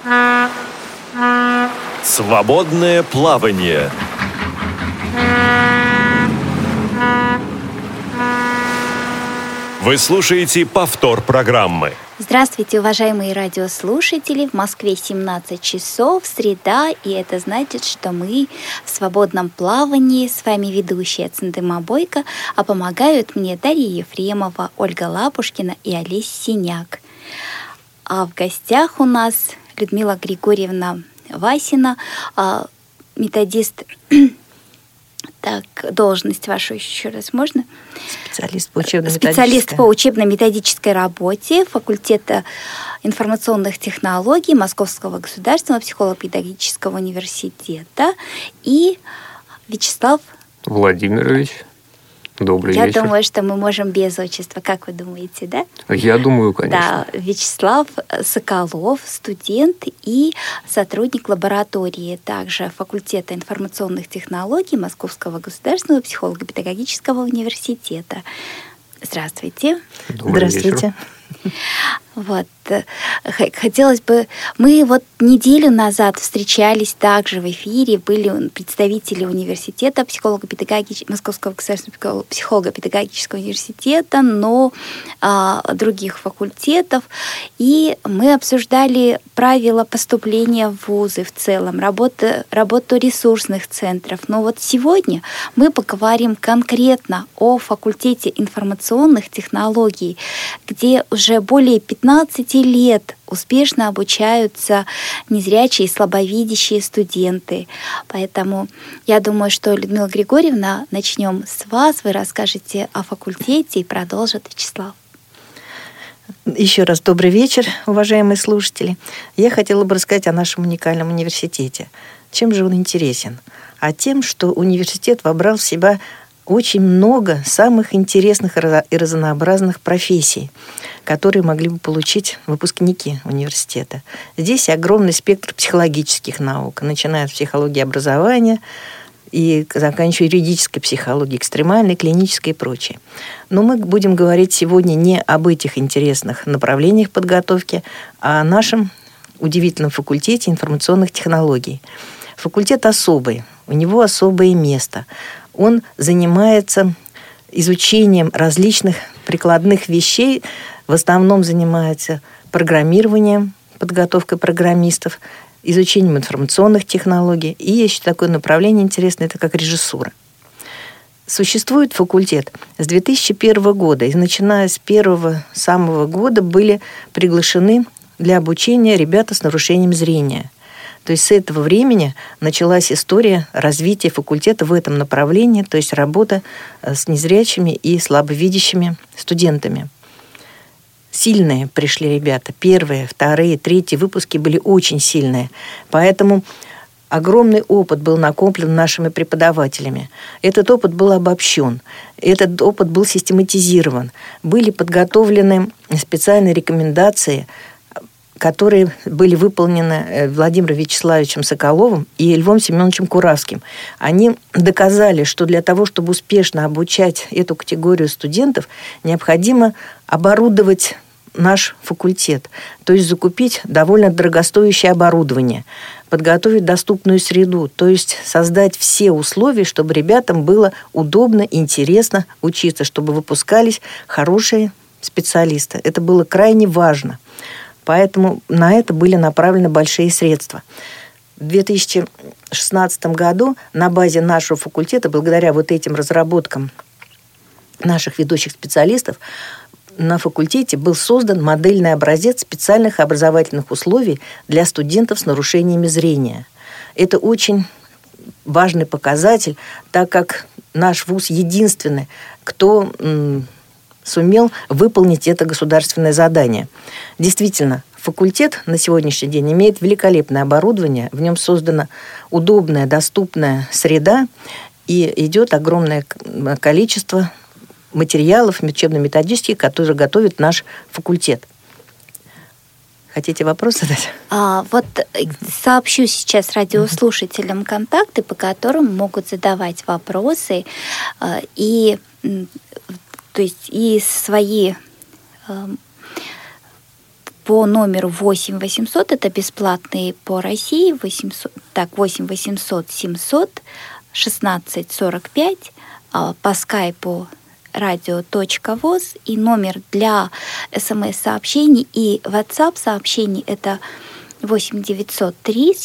Свободное плавание. Вы слушаете повтор программы. Здравствуйте, уважаемые радиослушатели! В Москве 17 часов, среда, и это значит, что мы в свободном плавании. С вами ведущая Цендыма Бойко, а помогают мне Дарья Ефремова, Ольга Лапушкина и Олесь Синяк. А в гостях у нас Людмила Григорьевна Васина, методист. Так, должность вашу еще раз можно? Специалист по учебно-методической. Специалист по учебно-методической работе факультета информационных технологий Московского государственного психолого-педагогического университета. И Вячеслав Владимирович. Добрый вечер. Я думаю, что мы можем без отчества. Как вы думаете, да? Я думаю, конечно. Да, Вячеслав Соколов, студент и сотрудник лаборатории также факультета информационных технологий Московского государственного психолого-педагогического университета. Здравствуйте. Добрый вечер. Вот. Хотелось бы... Мы вот неделю назад встречались также в эфире, были представители университета Московского государственного психолого-педагогического университета, но других факультетов, и мы обсуждали правила поступления в вузы в целом, работу ресурсных центров. Но вот сегодня мы поговорим конкретно о факультете информационных технологий, где уже более 15 лет успешно обучаются незрячие и слабовидящие студенты. Поэтому я думаю, что, Людмила Григорьевна, начнем с вас. Вы расскажете о факультете и продолжит Вячеслав. Еще раз добрый вечер, уважаемые слушатели. Я хотела бы рассказать о нашем уникальном университете. Чем же он интересен? А тем, что университет вобрал в себя очень много самых интересных и разнообразных профессий, которые могли бы получить выпускники университета. Здесь огромный спектр психологических наук, начиная от психологии образования и заканчивая юридической психологией, экстремальной, клинической и прочее. Но мы будем говорить сегодня не об этих интересных направлениях подготовки, а о нашем удивительном факультете информационных технологий. Факультет особый, у него особое место. Он занимается изучением различных прикладных вещей, в основном занимается программированием, подготовкой программистов, изучением информационных технологий. И есть еще такое направление интересное, это как режиссура. Существует факультет с 2001 года, и начиная с первого самого года были приглашены для обучения ребята с нарушением зрения. То есть с этого времени началась история развития факультета в этом направлении, то есть работа с незрячими и слабовидящими студентами. Сильные пришли ребята. Первые, вторые, третьи выпуски были очень сильные. Поэтому огромный опыт был накоплен нашими преподавателями. Этот опыт был обобщен. Этот опыт был систематизирован. Были подготовлены специальные рекомендации, которые были выполнены Владимиром Вячеславовичем Соколовым и Львом Семеновичем Куравским. Они доказали, что для того, чтобы успешно обучать эту категорию студентов, необходимо оборудовать наш факультет, то есть закупить довольно дорогостоящее оборудование, подготовить доступную среду, то есть создать все условия, чтобы ребятам было удобно, интересно учиться, чтобы выпускались хорошие специалисты. Это было крайне важно. Поэтому на это были направлены большие средства. В 2016 году на базе нашего факультета, благодаря вот этим разработкам наших ведущих специалистов, на факультете был создан модельный образец специальных образовательных условий для студентов с нарушениями зрения. Это очень важный показатель, так как наш вуз единственный, кто сумел выполнить это государственное задание. Действительно, факультет на сегодняшний день имеет великолепное оборудование, в нем создана удобная, доступная среда, и идет огромное количество материалов учебно-методических, которые готовит наш факультет. Хотите вопрос задать? Вот сообщу сейчас радиослушателям контакты, по которым могут задавать вопросы и, то есть, и свои по номеру 8 800, это бесплатный по России, 8 800 700 16 45, по скайпу radio.voz, и номер для СМС-сообщений и WhatsApp-сообщений это 8 903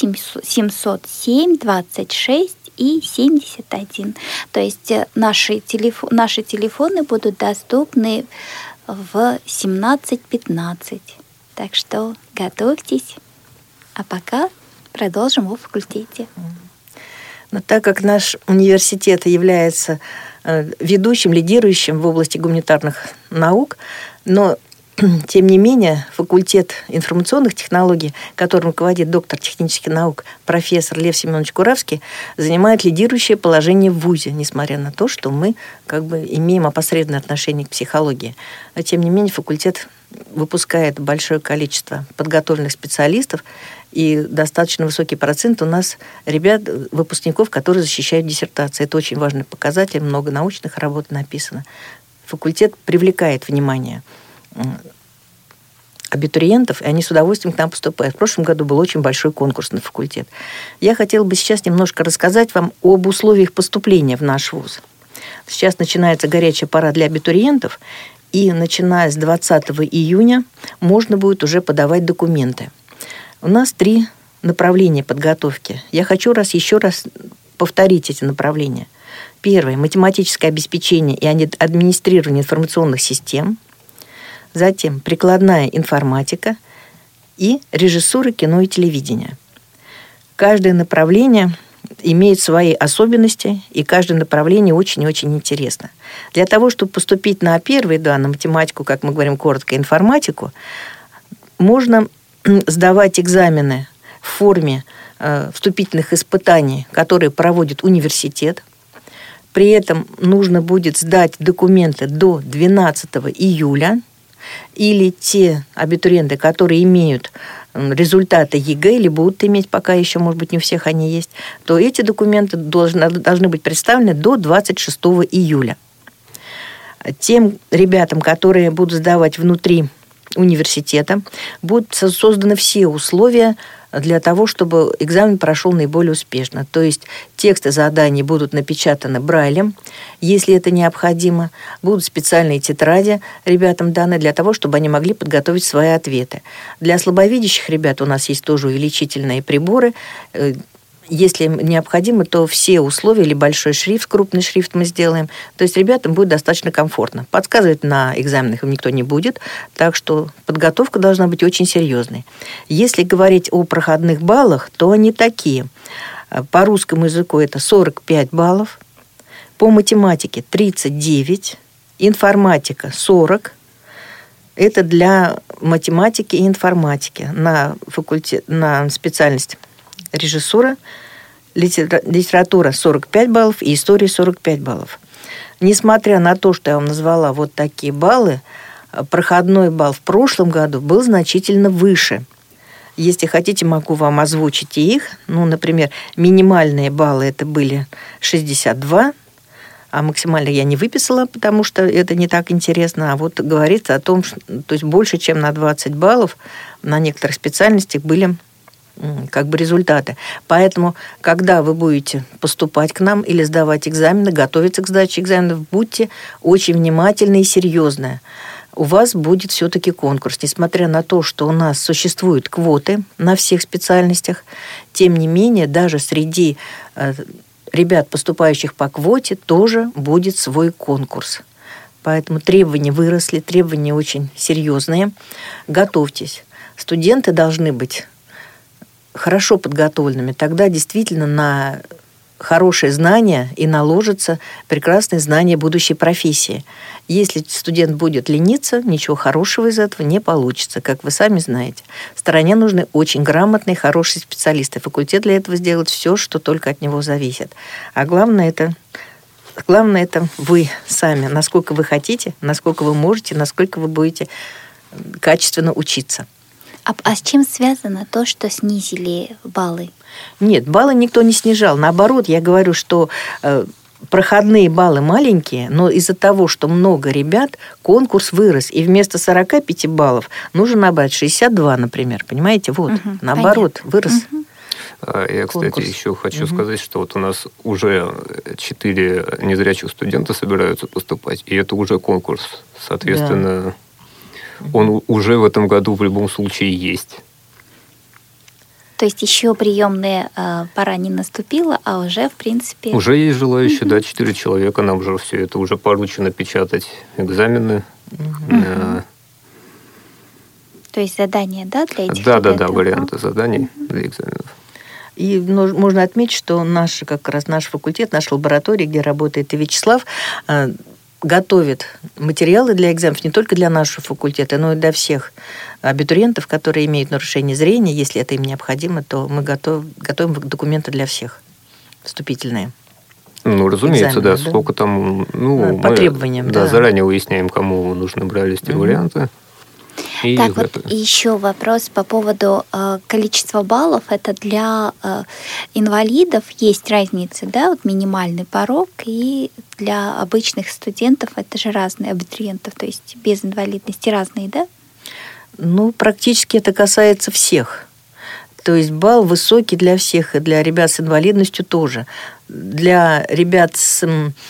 707 26 и 71. То есть наши телефоны будут доступны в 17:15. Так что готовьтесь. А пока продолжим о факультете. Но так как наш университет является ведущим, лидирующим в области гуманитарных наук, но тем не менее, факультет информационных технологий, которым руководит доктор технических наук профессор Лев Семенович Куравский, занимает лидирующее положение в ВУЗе, несмотря на то, что мы имеем опосредованное отношение к психологии. Но тем не менее, факультет выпускает большое количество подготовленных специалистов, и достаточно высокий процент у нас ребят, выпускников, которые защищают диссертации. Это очень важный показатель, много научных работ написано. Факультет привлекает внимание абитуриентов, и они с удовольствием к нам поступают. В прошлом году был очень большой конкурс на факультет. Я хотела бы сейчас немножко рассказать вам об условиях поступления в наш вуз. Сейчас начинается горячая пора для абитуриентов, и начиная с 20 июня можно будет уже подавать документы. У нас 3 направления подготовки. Я хочу еще раз повторить эти направления. Первое – математическое обеспечение и администрирование информационных систем. Затем прикладная информатика и режиссура кино и телевидения. Каждое направление имеет свои особенности, и каждое направление очень-очень интересно. Для того, чтобы поступить на первый, на математику, как мы говорим коротко, информатику, можно сдавать экзамены в форме вступительных испытаний, которые проводит университет. При этом нужно будет сдать документы до 12 июля, или те абитуриенты, которые имеют результаты ЕГЭ или будут иметь, пока еще, может быть, не у всех они есть, то эти документы должны быть представлены до 26 июля. Тем ребятам, которые будут сдавать внутри университета, будут созданы все условия для того, чтобы экзамен прошел наиболее успешно. То есть тексты заданий будут напечатаны брайлем, если это необходимо. Будут специальные тетради ребятам даны для того, чтобы они могли подготовить свои ответы. Для слабовидящих ребят у нас есть тоже увеличительные приборы. Если необходимо, то все условия или большой шрифт, крупный шрифт мы сделаем. То есть ребятам будет достаточно комфортно. Подсказывать на экзаменах им никто не будет, так что подготовка должна быть очень серьезной. Если говорить о проходных баллах, то они такие. По русскому языку это 45 баллов, по математике 39, информатика 40. Это для математики и информатики на специальность режиссура, литература 45 баллов и история 45 баллов. Несмотря на то, что я вам назвала вот такие баллы, проходной балл в прошлом году был значительно выше. Если хотите, могу вам озвучить их. например, минимальные баллы это были 62, а максимально я не выписала, потому что это не так интересно. А вот говорится о том, что то есть больше, чем на 20 баллов на некоторых специальностях были результаты. Поэтому, когда вы будете поступать к нам или сдавать экзамены, готовиться к сдаче экзаменов, будьте очень внимательны и серьезны. У вас будет все-таки конкурс. Несмотря на то, что у нас существуют квоты на всех специальностях, тем не менее, даже среди ребят, поступающих по квоте, тоже будет свой конкурс. Поэтому требования выросли, требования очень серьезные. Готовьтесь. Студенты должны быть хорошо подготовленными, тогда действительно на хорошее знание и наложится прекрасное знание будущей профессии. Если студент будет лениться, ничего хорошего из этого не получится, как вы сами знаете. В стране нужны очень грамотные, хорошие специалисты. Факультет для этого сделает все, что только от него зависит. А главное это вы сами, насколько вы хотите, насколько вы можете, насколько вы будете качественно учиться. А с чем связано то, что снизили баллы? Нет, баллы никто не снижал. Наоборот, я говорю, что проходные баллы маленькие, но из-за того, что много ребят, конкурс вырос. И вместо 45 баллов нужно набрать 62, например. Понимаете? Вот, наоборот, понятно. Вырос. Я, кстати, еще хочу сказать, что вот у нас уже 4 незрячих студента собираются поступать, и это уже конкурс. Соответственно, он уже в этом году в любом случае есть. То есть еще приемная пора не наступила, а уже, в принципе... Уже есть желающие, да, 4 человека. Нам же все это уже поручено печатать экзамены. То есть задания, да, для этих Да, варианты заданий для экзаменов. И можно отметить, что наш факультет, наша лаборатория, где работает и Вячеслав, готовит материалы для экзаменов не только для нашего факультета, но и для всех абитуриентов, которые имеют нарушение зрения. Если это им необходимо, то мы готовим документы для всех, вступительные. Ну, разумеется, экзамены, да. Сколько там... по требованиям, да. Заранее выясняем, кому нужны брали эти варианты. И так, вот еще вопрос по поводу количества баллов. Это для инвалидов есть разница, да, вот минимальный порог, и для обычных студентов это же разные абитуриентов, то есть без инвалидности разные, да? Ну, практически это касается всех. То есть балл высокий для всех, и для ребят с инвалидностью тоже. Для ребят с...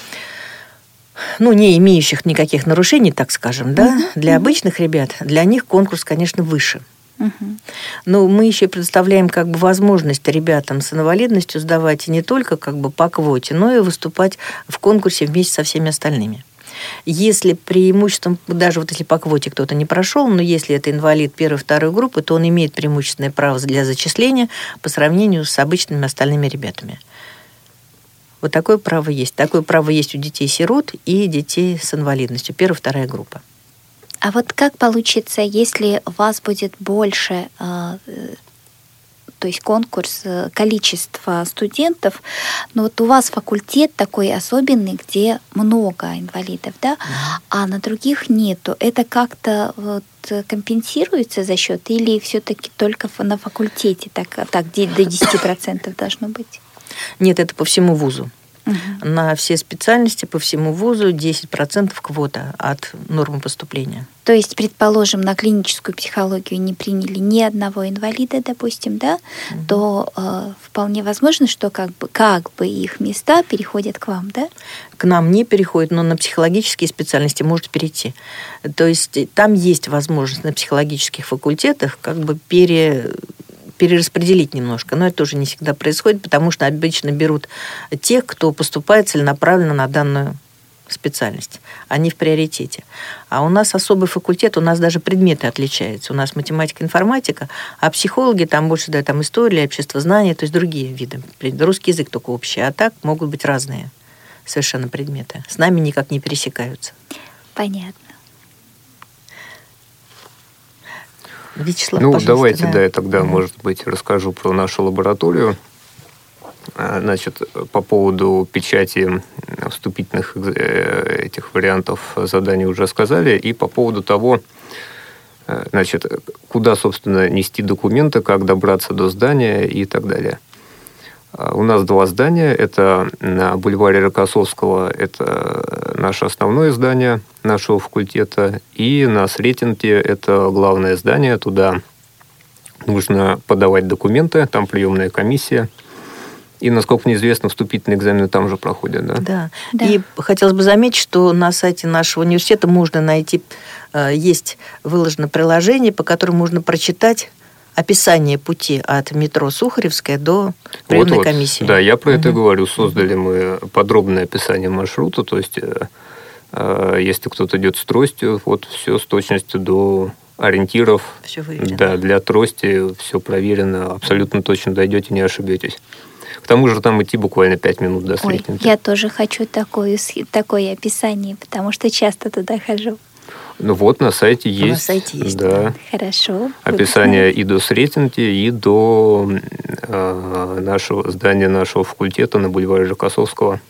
не имеющих никаких нарушений, так скажем, да, для обычных ребят, для них конкурс, конечно, выше. Но мы еще предоставляем возможность ребятам с инвалидностью сдавать не только по квоте, но и выступать в конкурсе вместе со всеми остальными. Если преимуществом, даже если по квоте кто-то не прошел, но если это инвалид первой-второй группы, то он имеет преимущественное право для зачисления по сравнению с обычными остальными ребятами. Вот такое право есть. Такое право есть у детей-сирот и детей с инвалидностью, первая-вторая группа. А вот как получится, если у вас будет больше, то есть конкурс, количество студентов, но вот у вас факультет такой особенный, где много инвалидов, да, а на других нету. Это как-то компенсируется за счет, или все-таки только на факультете так до 10% должно быть? Нет, это по всему вузу. На все специальности по всему вузу 10% квота от нормы поступления. То есть, предположим, на клиническую психологию не приняли ни одного инвалида, допустим, да, то вполне возможно, что как бы их места переходят к вам, да? К нам не переходят, но на психологические специальности может перейти. То есть там есть возможность на психологических факультетах перераспределить немножко, но это тоже не всегда происходит, потому что обычно берут тех, кто поступает целенаправленно на данную специальность. Они в приоритете. А у нас особый факультет, у нас даже предметы отличаются. У нас математика, информатика, а психологи там больше, да, там история, обществознание, то есть другие виды. Русский язык только общий, а так могут быть разные совершенно предметы. С нами никак не пересекаются. Понятно. Вячеслав, давайте, я тогда, может быть, расскажу про нашу лабораторию. Значит, по поводу печати вступительных этих вариантов заданий уже сказали. И по поводу того, значит, куда, собственно, нести документы, как добраться до здания и так далее. У нас 2 здания. Это на бульваре Рокоссовского, это наше основное здание нашего факультета. И на Сретенке это главное здание. Туда нужно подавать документы, там приемная комиссия. И, насколько мне известно, вступительные экзамены там же проходят, да? Да. И хотелось бы заметить, что на сайте нашего университета можно найти, есть выложено приложение, по которому можно прочитать описание пути от метро Сухаревская до приемной комиссии. Да, я про это говорю. Создали мы подробное описание маршрута, то есть если кто-то идет с тростью, вот все с точностью до ориентиров. Все выверено. Да, для трости все проверено, абсолютно точно дойдете, не ошибетесь. К тому же там идти буквально 5 минут до Сретенки. Я тоже хочу такое описание, потому что часто туда хожу. Вот на сайте есть. На сайте есть. Да. Хорошо. Описание и до Сретенки, и до нашего здания нашего факультета на бульваре Рокоссовского.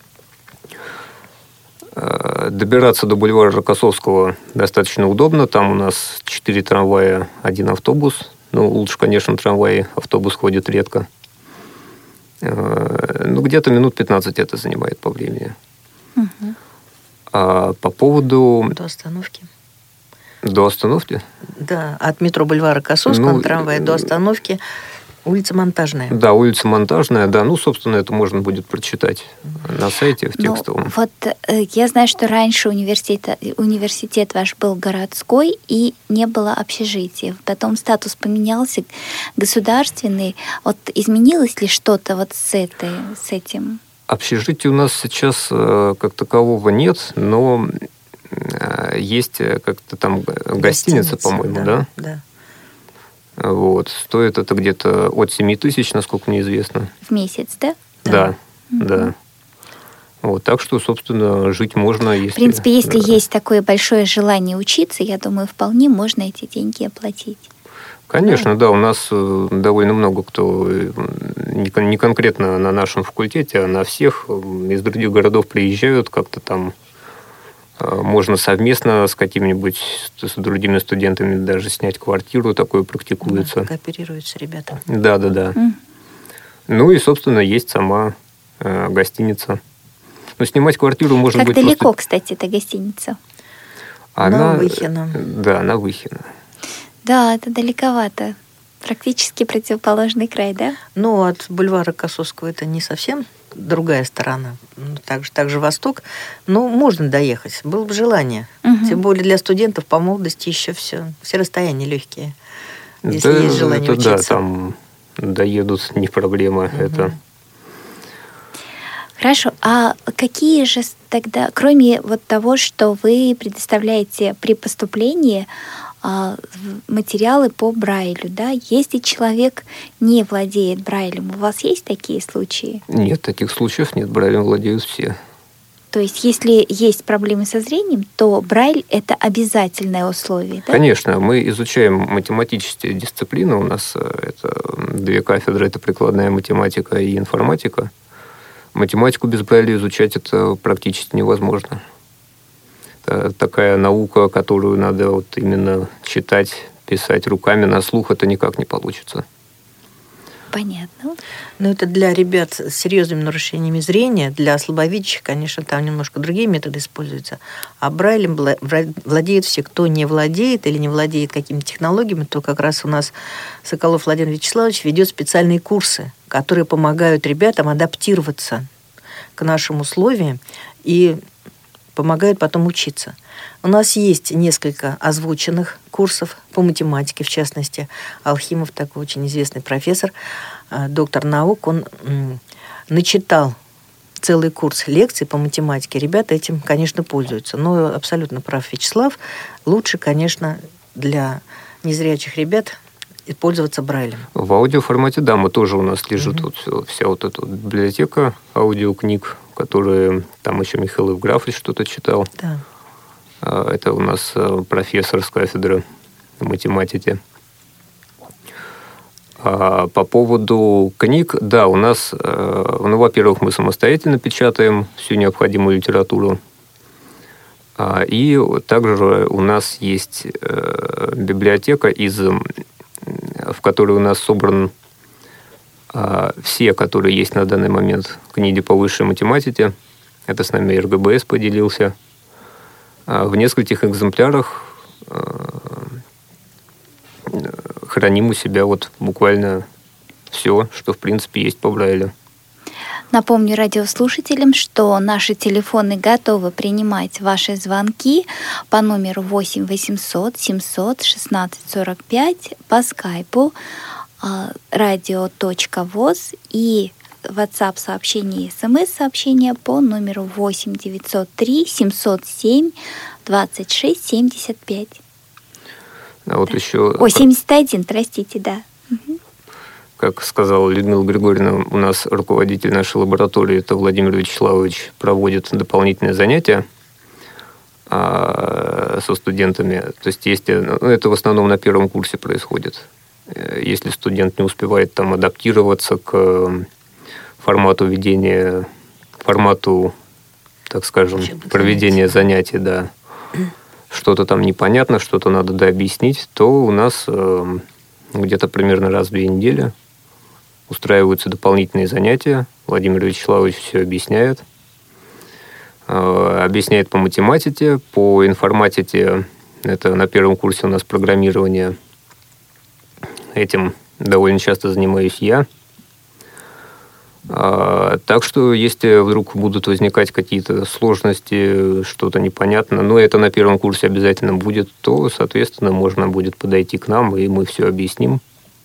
Добираться до бульвара Рокоссовского достаточно удобно. Там у нас 4 трамвая, 1 автобус. Лучше, конечно, трамвай, автобус ходит редко. где-то минут 15 это занимает по времени. Мгм. А по поводу... До остановки. До остановки? Да, от метро бульвара Косовского на трамвае до остановки улица Монтажная. Да, улица Монтажная, да. Собственно, это можно будет прочитать на сайте в текстовом. Я знаю, что раньше университет ваш был городской и не было общежития. Потом статус поменялся, государственный. Изменилось ли что-то с этим? Общежития у нас сейчас как такового нет, но есть как-то там гостиница, по-моему, да? Да. Стоит это где-то от 7 тысяч, насколько мне известно. В месяц, да? Да, да. Так что, собственно, жить можно, если... В принципе, если есть такое большое желание учиться, я думаю, вполне можно эти деньги оплатить. Конечно, да. У нас довольно много кто, не конкретно на нашем факультете, а на всех из других городов приезжают, как-то там можно совместно с какими-нибудь, с другими студентами даже снять квартиру, такое практикуется. Да, кооперируются ребята. Да. И, собственно, есть сама гостиница. Но снимать квартиру можно как быть далеко, просто... кстати, эта гостиница? На Выхино. Да, на Выхино. Да, это далековато. Практически противоположный край, да? От бульвара Косовского это не совсем другая сторона. Также восток. Можно доехать. Было бы желание. Угу. Тем более для студентов по молодости еще все расстояния легкие. Если есть желание учиться. Да, там доедут, не проблема. Угу. Это... Хорошо. А какие же тогда, кроме того, что вы предоставляете при поступлении материалы по Брайлю, да? Если человек не владеет Брайлем, у вас есть такие случаи? Нет, таких случаев нет. Брайлем владеют все. То есть, если есть проблемы со зрением, то Брайль – это обязательное условие, да? Конечно. Мы изучаем математические дисциплины. У нас это 2 кафедры – это прикладная математика и информатика. Математику без Брайля изучать это практически невозможно. Это такая наука, которую надо именно читать, писать руками, на слух это никак не получится. Понятно. Это для ребят с серьезными нарушениями зрения, для слабовидящих, конечно, там немножко другие методы используются. А Брайлем владеют все. Кто не владеет или не владеет какими-то технологиями, то как раз у нас Соколов Владимир Вячеславович ведет специальные курсы, которые помогают ребятам адаптироваться к нашим условиям и помогают потом учиться. У нас есть несколько озвученных курсов по математике, в частности, Алхимов, такой очень известный профессор, доктор наук, он начитал целый курс лекций по математике. Ребята этим, конечно, пользуются. Но абсолютно прав Вячеслав. Лучше, конечно, для незрячих ребят пользоваться Брайлем. В аудиоформате, да, мы тоже у нас лежит вся эта библиотека аудиокниг, которые там еще Михаил Евграфович что-то читал. Да. Это у нас профессор с кафедры математики. А по поводу книг, да, у нас, во-первых, мы самостоятельно печатаем всю необходимую литературу. И также у нас есть библиотека, в которой у нас собран все, которые есть на данный момент книги по высшей математике. Это с нами РГБС поделился. В нескольких экземплярах храним у себя буквально все, что, в принципе, есть по Брайлю. Напомню радиослушателям, что наши телефоны готовы принимать ваши звонки по номеру 8 800 700 16 45 по скайпу radio.voz и WhatsApp-сообщение и СМС-сообщение по номеру 8 903 707 26 75. Еще... 71, простите, да. Как сказала Людмила Григорьевна, у нас руководитель нашей лаборатории, это Владимир Вячеславович, проводит дополнительные занятия со студентами. То есть, это в основном на первом курсе происходит. Если студент не успевает там адаптироваться к формату ведения, так скажем, проведения занятий, да, что-то там непонятно, что-то надо дообъяснить, то у нас где-то примерно раз в 2 недели устраиваются дополнительные занятия. Владимир Вячеславович все объясняет. Объясняет по математике, по информатике. Это на первом курсе у нас программирование. Этим довольно часто занимаюсь я. Так что, если вдруг будут возникать какие-то сложности, что-то непонятно, но это на первом курсе обязательно будет, то, соответственно, можно будет подойти к нам, и мы все объясним,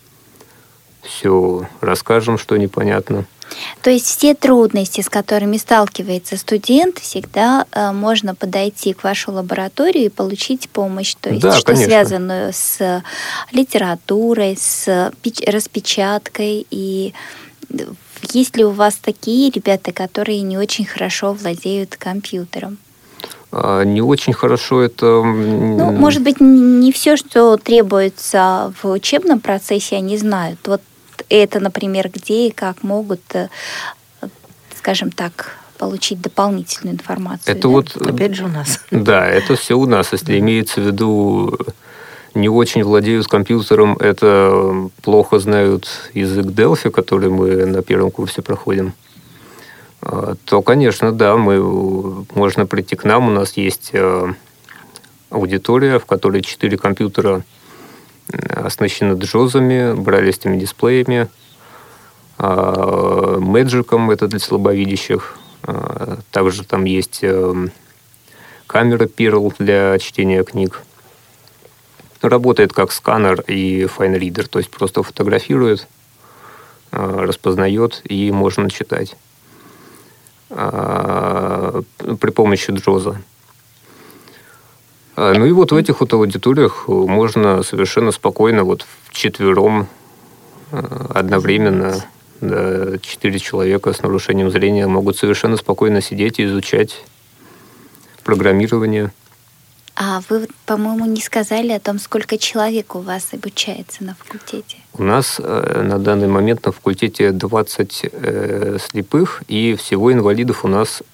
все расскажем, что непонятно. То есть все трудности, с которыми сталкивается студент, всегда можно подойти к вашей лаборатории и получить помощь. То есть, да, что конечно. связанную с литературой, с распечаткой. И есть ли у вас такие ребята, которые не очень хорошо владеют компьютером? Не очень хорошо это... Ну, может быть, не все, что требуется в учебном процессе, они знают. Вот это, например, где и как могут, скажем так, получить дополнительную информацию. Это да? вот... Опять же у нас. Да, это все у нас. Если имеется в виду, не очень владеют компьютером, это плохо знают язык Delphi, который мы на первом курсе проходим, то, конечно, да, можно прийти к нам. У нас есть аудитория, в которой 4 компьютера оснащены джозами, брайлистыми дисплеями, мэджиком, это для слабовидящих. Также там есть камера Pearl для чтения книг. Работает как сканер и файн-ридер, то есть просто фотографирует, распознает, и можно читать при помощи джоза. Ну и вот в этих вот аудиториях можно совершенно спокойно вот вчетвером одновременно, да, 4 человека с нарушением зрения могут совершенно спокойно сидеть и изучать программирование. А вы, по-моему, не сказали о том, сколько человек у вас обучается на факультете. У нас на данный момент на факультете 20 слепых, и всего инвалидов у нас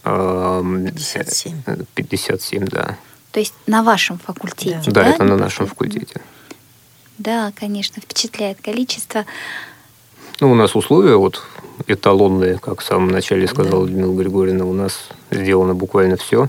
57. 57, да. То есть на вашем факультете, да? Да, это на нашем факультете. Да, конечно, впечатляет количество. Ну, у нас условия вот эталонные, как в самом начале сказала Людмила Григорьевна, у нас сделано буквально все.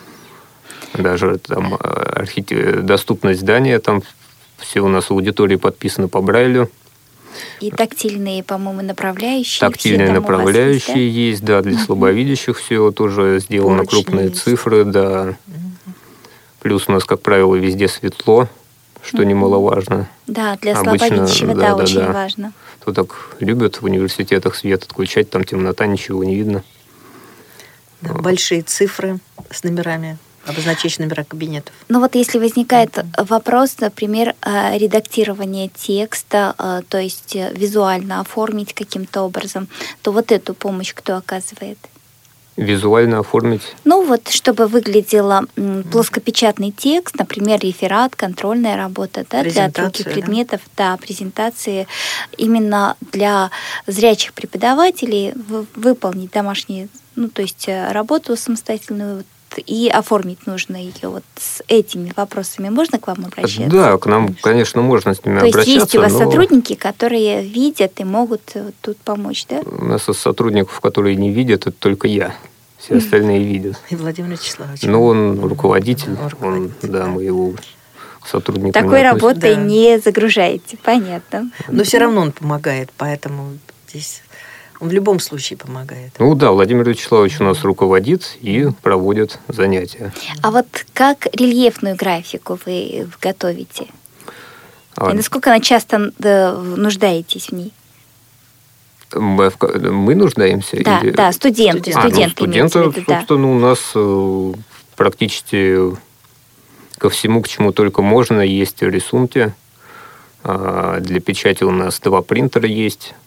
Даже там доступность здания, там все у нас в аудитории подписано по Брайлю. И тактильные, по-моему, направляющие. Тактильные направляющие есть, да, для слабовидящих все тоже сделано, Поручни крупные есть. цифры, да. Плюс у нас, как правило, везде светло, что немаловажно. Да, для Обычно, слабовидящего, да, очень важно. Кто так любит в университетах свет отключать, там темнота, ничего не видно. Да, большие цифры с номерами, обозначить номера кабинетов. Ну вот если возникает вопрос, например, редактирования текста, то есть визуально оформить каким-то образом, то вот эту помощь кто оказывает? Визуально оформить? Ну вот, чтобы выглядело плоскопечатный текст, например, реферат, контрольная работа, да, для других предметов, да, презентации, именно для зрячих преподавателей выполнить домашние, ну то есть работу самостоятельную, и оформить нужно ее. Вот с этими вопросами можно к вам обращаться? Да, к нам, конечно, можно с ними обращаться. То есть есть у вас сотрудники, которые видят и могут тут помочь, да? У нас из сотрудников, которые не видят, это только я. Все остальные видят. И Владимир Вячеславович. Ну, он руководитель. Да, мы его сотрудникам такой работой не загружаете, понятно. Но все равно он помогает, поэтому здесь... Он в любом случае помогает. Ну да, Владимир Вячеславович у нас руководит и проводит занятия. А вот как рельефную графику вы готовите? И насколько она часто нуждаетесь в ней? Мы нуждаемся? Да, или... да, студенты. Студенты, собственно, у нас практически ко всему, к чему только можно, есть рисунки. Для печати у нас 2 принтера есть.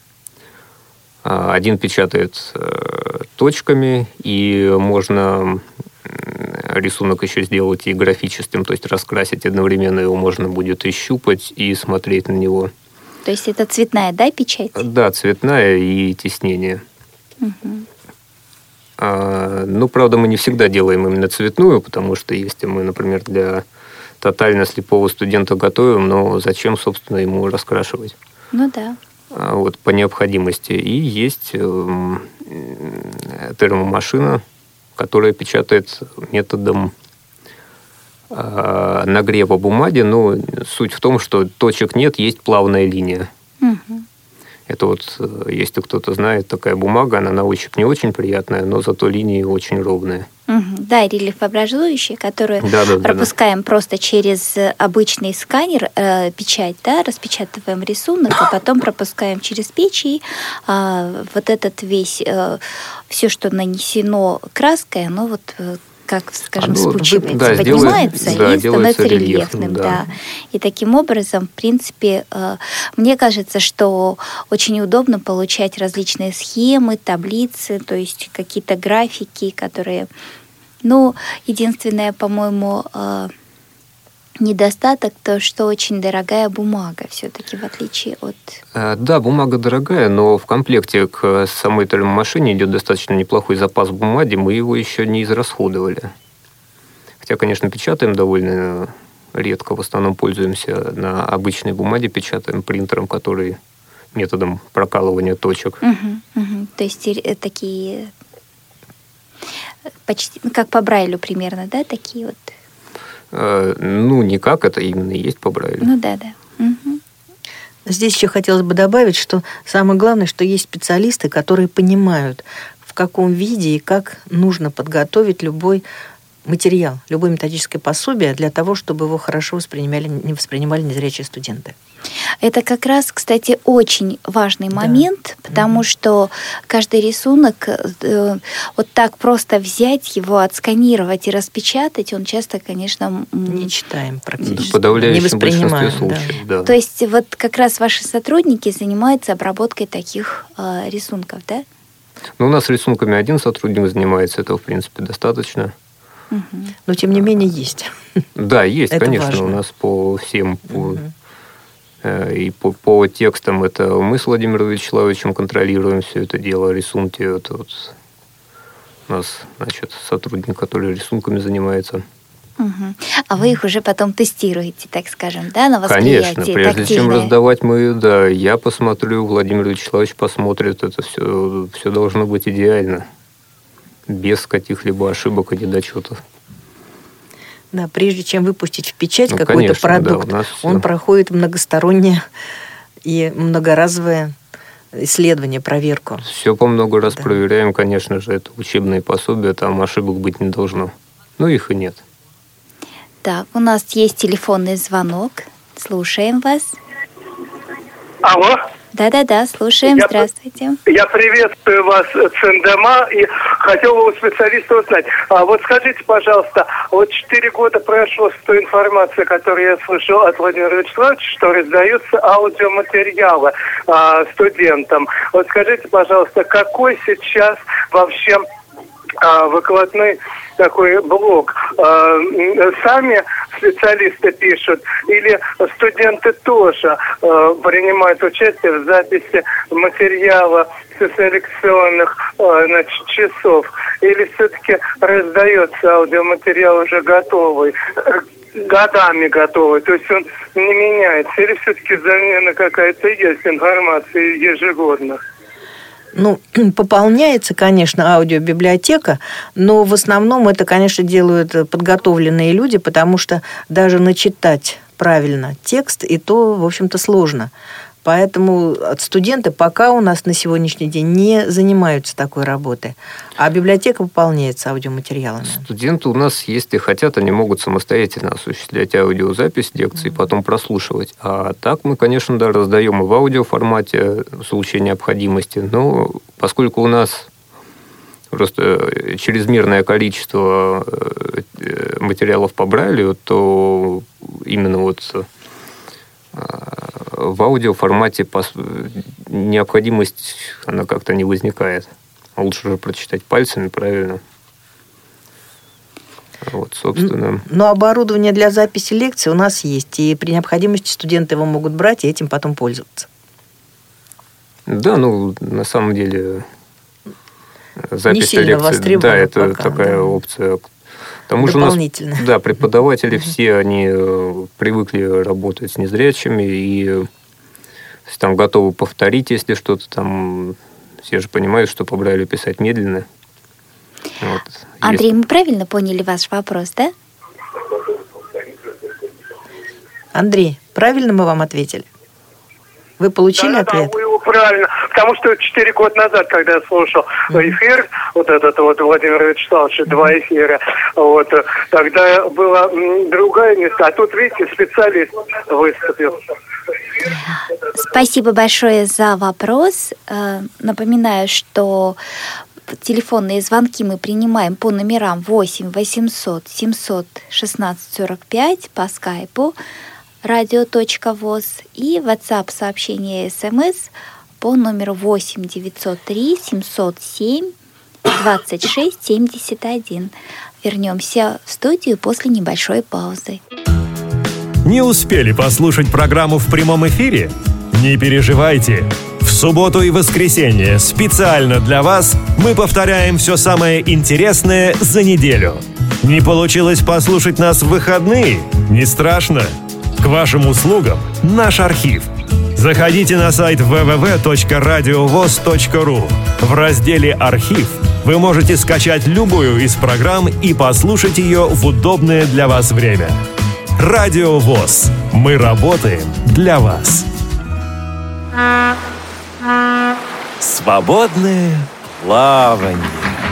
Один печатает точками, и можно рисунок еще сделать и графическим, то есть раскрасить одновременно, его можно будет и щупать, и смотреть на него. То есть это цветная, да, печать? Да, цветная и тиснение. Угу. Ну, правда, мы не всегда делаем именно цветную, потому что если мы, например, для тотально слепого студента готовим, но зачем, собственно, ему раскрашивать? Ну да. вот, по необходимости. И есть термомашина, которая печатает методом нагрева бумаги. Но суть в том, что точек нет, есть плавная линия. Угу. Это вот, если кто-то знает, такая бумага, она на ощупь не очень приятная, но зато линии очень ровные. Угу. Да, рельефообразующие, которые Да. пропускаем просто через обычный сканер, печать, да, распечатываем рисунок, а потом пропускаем через печь, и вот этот весь, все, что нанесено краской, оно вот как, скажем, спучивается, да, поднимается и становится рельефным. Да. Да. И таким образом, в принципе, мне кажется, что очень удобно получать различные схемы, таблицы, то есть какие-то графики, которые... Ну, единственное, по-моему, недостаток, то, что очень дорогая бумага все-таки, в отличие от... Да, бумага дорогая, но в комплекте к самой термомашине идет достаточно неплохой запас бумаги, мы его еще не израсходовали. Хотя, конечно, печатаем довольно редко, в основном пользуемся на обычной бумаге, печатаем принтером, который методом прокалывания точек. То есть такие... Почти как по Брайлю примерно, да, такие вот? Ну, никак, это именно и есть по Брайлю. Ну, да. Угу. Здесь еще хотелось бы добавить, что самое главное, что есть специалисты, которые понимают, в каком виде и как нужно подготовить любой материал, любое методическое пособие для того, чтобы его хорошо воспринимали незрячие студенты. Это как раз, кстати, очень важный момент, потому что каждый рисунок, вот так просто взять его, отсканировать и распечатать, он часто, конечно... Не читаем практически. В подавляющем не воспринимаем, большинстве случаев, да. То есть вот как раз ваши сотрудники занимаются обработкой таких рисунков, да? Ну, у нас рисунками один сотрудник занимается, этого, в принципе, достаточно. Но, тем не менее, есть. Да, есть, это конечно. важно. У нас по всем... И по текстам это мы с Владимиром Вячеславовичем контролируем все это дело. Рисунки, это вот у нас, значит, сотрудник, который рисунками занимается. А вы их уже потом тестируете, так скажем, да, на восприятие? Конечно, прежде чем раздавать, я посмотрю, Владимир Вячеславович посмотрит, это все должно быть идеально, без каких-либо ошибок и недочетов. Да, прежде чем выпустить в печать какой-то конечно, продукт, да, он проходит многостороннее и многоразовое исследование, проверку. Все по много раз проверяем, конечно же, это учебные пособия, там ошибок быть не должно. Но их и нет. Так, у нас есть телефонный звонок. Слушаем вас. Алло. Да, слушаем. Здравствуйте. Я приветствую вас, Цендема, и хотел у специалиста узнать. Вот скажите, пожалуйста, вот 4 года прошло с той информации, которую я слышал от Владимира Вячеславовича, что раздаются аудиоматериалы студентам. Вот скажите, пожалуйста, какой сейчас вообще выкладной такой блок? Сами специалисты пишут или студенты тоже принимают участие в записи материала с селекционных часов? Или все-таки раздается аудиоматериал уже готовый, годами готовый, то есть он не меняется? Или все-таки замена какая-то есть информация ежегодно? Ну, пополняется, конечно, аудиобиблиотека, но в основном это, конечно, делают подготовленные люди, потому что даже начитать правильно текст, и то, в общем-то, сложно. Поэтому студенты пока у нас на сегодняшний день не занимаются такой работой. А библиотека пополняется аудиоматериалами. Студенты у нас, если хотят, они могут самостоятельно осуществлять аудиозапись лекций, потом прослушивать. А так мы, конечно, да, раздаем и в аудиоформате в случае необходимости. Но поскольку у нас просто чрезмерное количество материалов по Брайлю, то именно вот в аудиоформате необходимость, она как-то не возникает. Лучше же прочитать пальцами, правильно. Вот, собственно. Но оборудование для записи лекций у нас есть, и при необходимости студенты его могут брать и этим потом пользоваться. Да, ну, на самом деле, запись лекций, да, это пока, такая опция. К тому же у нас, да, преподаватели все, они привыкли работать с незрячими, и есть там готовы повторить, если что-то там... Все же понимают, что по Брайлю писать медленно. Вот. Андрей, мы правильно поняли ваш вопрос, да? Андрей, правильно мы вам ответили? Вы получили ответ? Да, правильно. Потому что 4 года назад, когда я слушал эфир, вот этот вот Владимир Вячеславович, 2 эфира, вот, тогда была другая место. А тут, видите, специалист выступил. Спасибо большое за вопрос. Напоминаю, что телефонные звонки мы принимаем по номерам 8 800 700 16 45 по скайпу radio.voz и WhatsApp сообщение СМС по номеру 8 903 707 26 71. Вернемся в студию после небольшой паузы. Не успели послушать программу в прямом эфире? Не переживайте. В субботу и воскресенье специально для вас мы повторяем все самое интересное за неделю. Не получилось послушать нас в выходные? Не страшно. К вашим услугам наш архив. Заходите на сайт www.radiovoz.ru. В разделе «Архив» вы можете скачать любую из программ и послушать ее в удобное для вас время. Радио ВОС. Мы работаем для вас. Свободное плавание.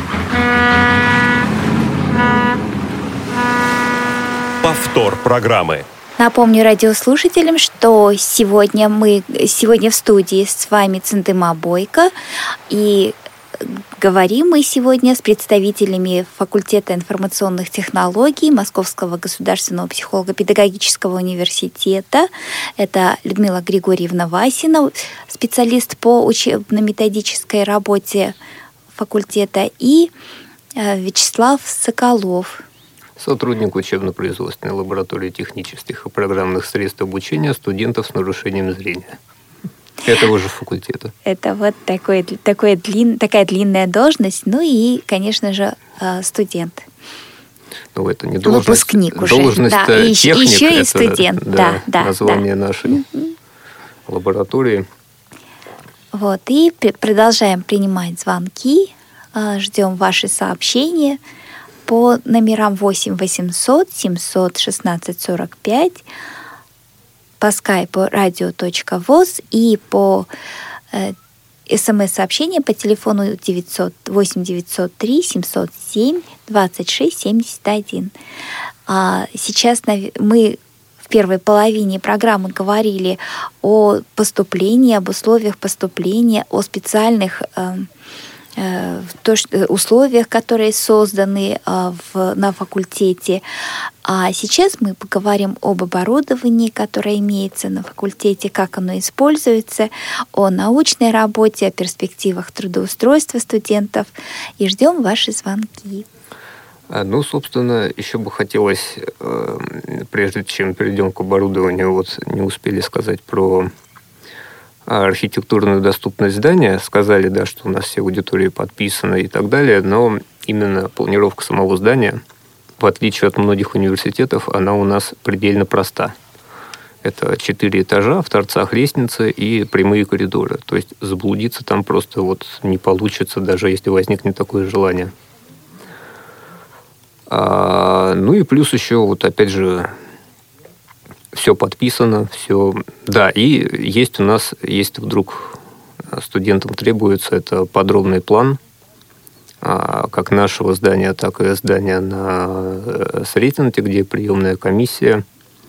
Повтор программы. Напомню радиослушателям, что сегодня в студии с вами Центыма Бойко, и говорим мы сегодня с представителями факультета информационных технологий Московского государственного психолого-педагогического университета. Это Людмила Григорьевна Васина, специалист по учебно-методической работе факультета, и Вячеслав Соколов, сотрудник учебно-производственной лаборатории технических и программных средств обучения студентов с нарушением зрения этого же факультета. Это вот такая длинная должность, ну и, конечно же, студент. Ну, это не должность. Выпускник уже. Должность да, техник. Еще и это, студент. Да, название нашей лаборатории. Вот, и продолжаем принимать звонки. Ждем ваши сообщения по номерам 8 800 700 16 45, по скайпу radio.voz и по СМС-сообщению по телефону 8 903 707 26 71. Сейчас мы в первой половине программы говорили о поступлении, об условиях поступления, о специальных условиях, которые созданы на факультете. А сейчас мы поговорим об оборудовании, которое имеется на факультете, как оно используется, о научной работе, о перспективах трудоустройства студентов. И ждем ваши звонки. Ну, собственно, еще бы хотелось, прежде чем перейдем к оборудованию, вот не успели сказать про архитектурную доступность здания. Сказали, да, что у нас все аудитории подписаны и так далее, но именно планировка самого здания, в отличие от многих университетов, она у нас предельно проста. Это 4 этажа, в торцах лестницы и прямые коридоры. То есть заблудиться там просто вот не получится, даже если возникнет такое желание. Ну и плюс еще, вот опять же, все подписано, все. Да, и есть у нас, если вдруг студентам требуется, это подробный план как нашего здания, так и здания на Сретенке, где приемная комиссия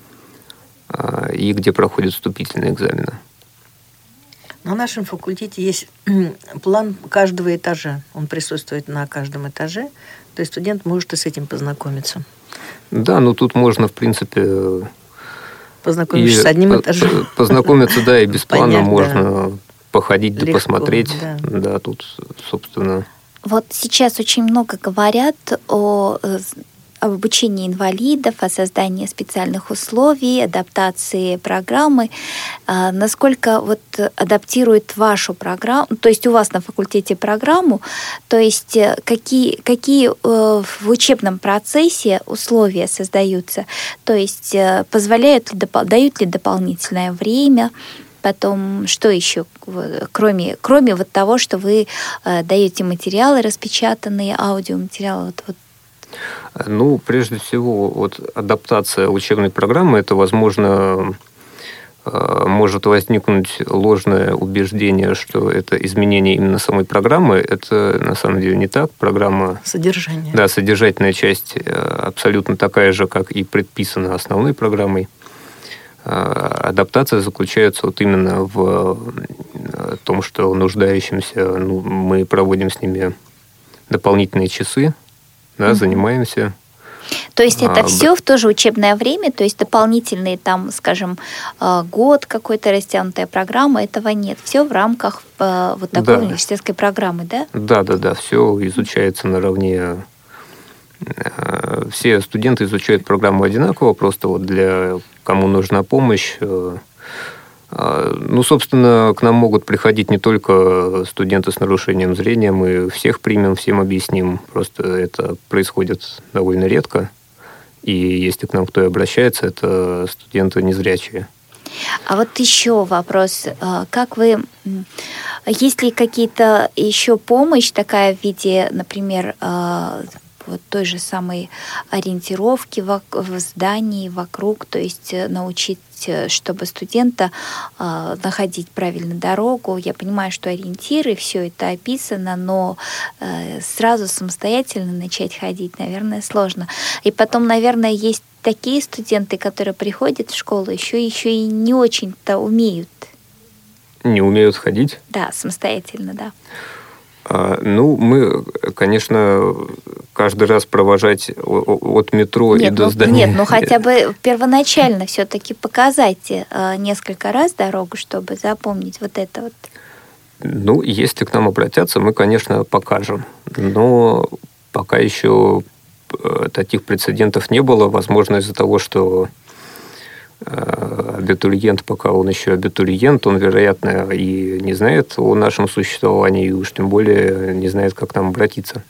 и где проходят вступительные экзамены. На нашем факультете есть план каждого этажа. Он присутствует на каждом этаже. То есть студент может и с этим познакомиться. Да, ну тут можно, в принципе... Познакомишься с одним этажом. Познакомиться, да, и без плана понять, можно походить, да, легко, посмотреть. Да. Да, тут, собственно... Вот сейчас очень много говорят об обучении инвалидов, о создании специальных условий, адаптации программы. Насколько вот адаптирует вашу программу, то есть у вас на факультете программу, то есть какие в учебном процессе условия создаются, то есть дают ли дополнительное время, Потом, что еще, кроме вот того, что вы даете материалы распечатанные, аудиоматериалы, вот. Ну, прежде всего, вот адаптация учебной программы, это, возможно, может возникнуть ложное убеждение, что это изменение именно самой программы. Это на самом деле не так. Программа... Содержание. Да, содержательная часть абсолютно такая же, как и предписана основной программой. Адаптация заключается вот именно в том, что нуждающимся мы проводим с ними дополнительные часы, да, занимаемся. То есть это все в то же учебное время, то есть дополнительные там, скажем, год какой-то растянутая программа, этого нет. Все в рамках вот такой университетской программы, да? Да, все изучается наравне. Все студенты изучают программу одинаково, просто вот для кому нужна помощь. Ну, собственно, к нам могут приходить не только студенты с нарушением зрения, мы всех примем, всем объясним. Просто это происходит довольно редко. И если к нам кто и обращается, это студенты незрячие. А вот еще вопрос. Как вы... Есть ли какие-то еще помощь такая в виде, например, вот той же самой ориентировки в здании, вокруг, то есть научить, чтобы студента находить правильно дорогу. Я понимаю, что ориентиры, все это описано, но сразу самостоятельно начать ходить, наверное, сложно. И потом, наверное, есть такие студенты, которые приходят в школу, еще и не очень-то умеют. Не умеют ходить? Да, самостоятельно, да. Ну, мы, конечно, каждый раз провожать от метро и до здания... Нет, хотя бы первоначально все-таки показать несколько раз дорогу, чтобы запомнить вот это вот. Ну, если к нам обратятся, мы, конечно, покажем. Но пока еще таких прецедентов не было. Возможно, из-за того, что абитуриент, пока он еще абитуриент, он, вероятно, и не знает о нашем существовании, и уж тем более не знает, как к нам обратиться.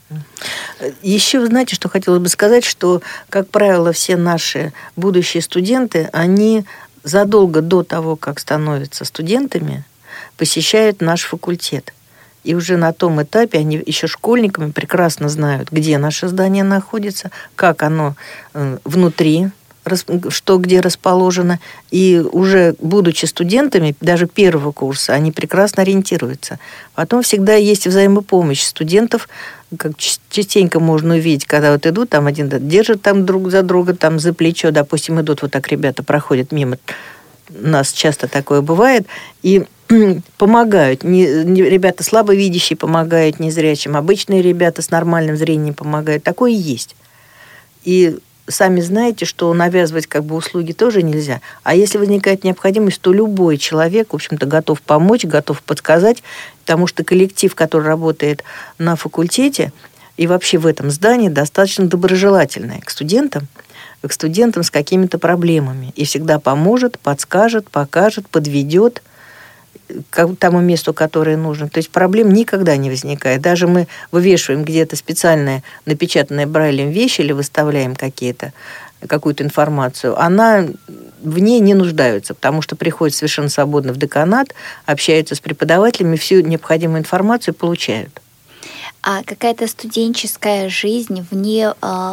Еще, знаете, что хотелось бы сказать, что, как правило, все наши будущие студенты, они задолго до того, как становятся студентами, посещают наш факультет. И уже на том этапе они еще школьниками прекрасно знают, где наше здание находится, как оно внутри, что где расположено. И уже будучи студентами, даже первого курса, они прекрасно ориентируются. Потом всегда есть взаимопомощь студентов, как частенько можно увидеть, когда вот идут, там один держит там друг за друга, там за плечо, допустим, идут вот так ребята, проходят мимо. У нас часто такое бывает. И помогают. Ребята слабовидящие помогают незрячим, обычные ребята с нормальным зрением помогают. Такое есть. И сами знаете, что навязывать услуги тоже нельзя. А если возникает необходимость, то любой человек, в общем-то, готов помочь, готов подсказать, потому что коллектив, который работает на факультете и вообще в этом здании, достаточно доброжелательный к студентам с какими-то проблемами. И всегда поможет, подскажет, покажет, подведет к тому месту, которое нужно. То есть проблем никогда не возникает. Даже мы вывешиваем где-то специальное напечатанное Брайлем вещь или выставляем какую-то информацию, она в ней не нуждаются, потому что приходят совершенно свободно в деканат, общаются с преподавателями, всю необходимую информацию получают. А какая-то студенческая жизнь вне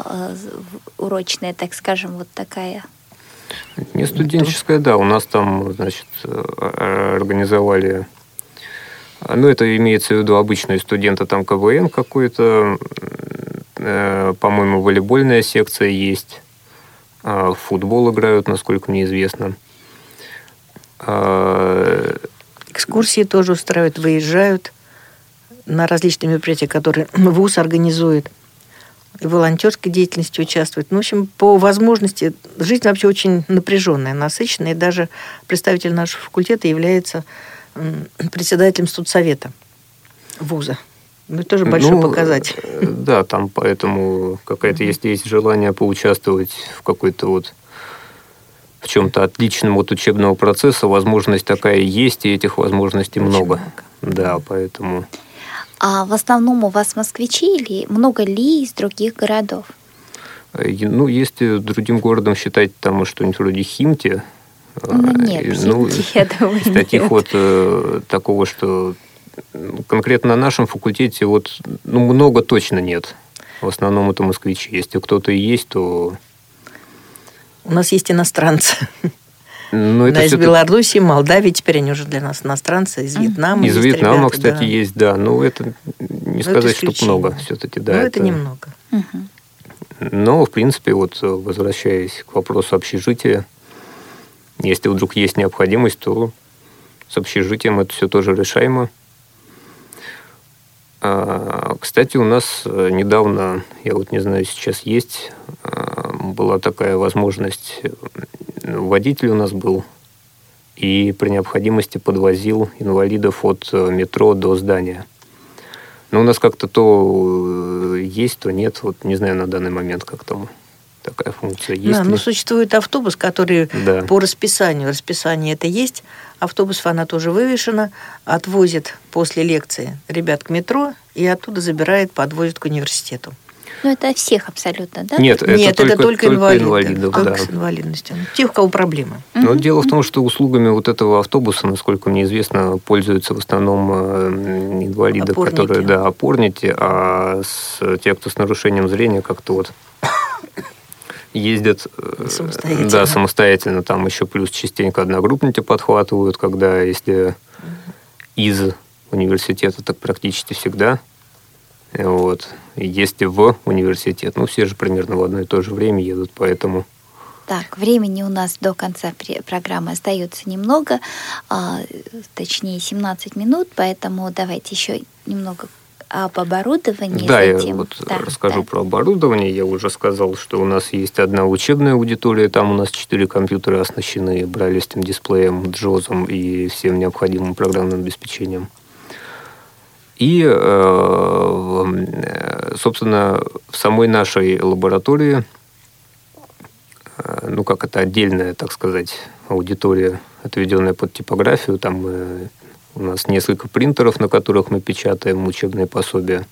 урочная, так скажем, вот такая? Не студенческая, да. У нас там, организовали... Ну, это имеется в виду обычные студенты, там КВН какой-то, по-моему, волейбольная секция есть, в футбол играют, насколько мне известно. Экскурсии тоже устраивают, выезжают на различные мероприятия, которые ВУЗ организует. И в волонтерской деятельности участвует. Ну, в общем, по возможности, жизнь вообще очень напряженная, насыщенная. И даже представитель нашего факультета является председателем студсовета вуза. Ну, это тоже большой показатель. Да, там поэтому если есть желание поучаствовать в какой-то в чем-то отличном от учебного процесса, возможность такая есть, и этих возможностей очень много. Да, поэтому... А в основном у вас москвичи или много ли из других городов? Ну, если другим городом считать там что-нибудь вроде Химки, Нет, я думаю, из таких нет. вот такого, что конкретно на нашем факультете вот, много точно нет. В основном это москвичи. Если кто-то и есть, то... У нас есть иностранцы. Это из Беларуси, Молдавии, теперь они уже для нас иностранцы, из Вьетнама. Из Вьетнама, кстати, есть, да. Это не сказать, что много все-таки, да. Это немного. Но, в принципе, вот возвращаясь к вопросу общежития, если вдруг есть необходимость, то с общежитием это все тоже решаемо. Кстати, у нас недавно, я вот не знаю, сейчас есть, была такая возможность, водитель у нас был, и при необходимости подвозил инвалидов от метро до здания. Но у нас как-то то есть, то нет. Вот не знаю на данный момент, как там такая функция есть. Да, существует автобус, который по расписанию. Расписание это есть. Автобусов она тоже вывешена. Отвозит после лекции ребят к метро и оттуда забирает, подвозит к университету. Это всех абсолютно, да? Нет, это только инвалидов. Только с инвалидностью. Тех, у кого проблемы. Но дело в том, что услугами вот этого автобуса, насколько мне известно, пользуются в основном инвалиды, которые, опорники, а те, кто с нарушением зрения, как-то вот ездят самостоятельно. Там еще плюс частенько одногруппники подхватывают, когда если из университета, так практически всегда. Вот. Если в университет, все же примерно в одно и то же время едут, поэтому... Так, времени у нас до конца программы остается немного, точнее 17 минут, поэтому давайте еще немного об оборудовании. Да, я расскажу про оборудование. Я уже сказал, что у нас есть одна учебная аудитория, там у нас 4 компьютера оснащены брайлевским дисплеем, джозом и всем необходимым программным обеспечением. И, собственно, в самой нашей лаборатории, это отдельная, так сказать, аудитория, отведенная под типографию, там у нас несколько принтеров, на которых мы печатаем учебные пособия.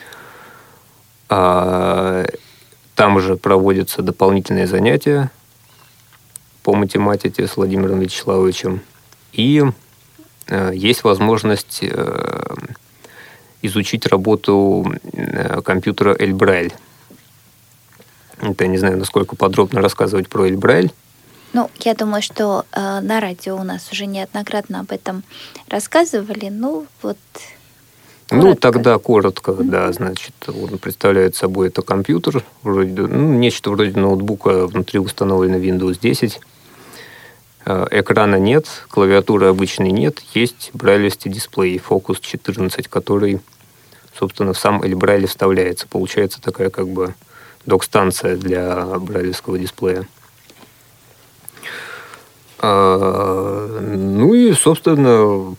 Там же проводятся дополнительные занятия по математике с Владимиром Вячеславовичем. И есть возможность изучить работу компьютера Эль-Брайль. Это я не знаю, насколько подробно рассказывать про Эль-Брайль. Я думаю, что на радио у нас уже неоднократно об этом рассказывали. Коротко. Тогда коротко, да. Значит, он представляет собой это компьютер, нечто вроде ноутбука, внутри установлено Windows 10. Экрана нет, клавиатуры обычной нет, есть брайлевский дисплей Focus 14, который, собственно, в сам Эль-Брайль вставляется. Получается такая как бы док-станция для брайлевского дисплея. И, собственно,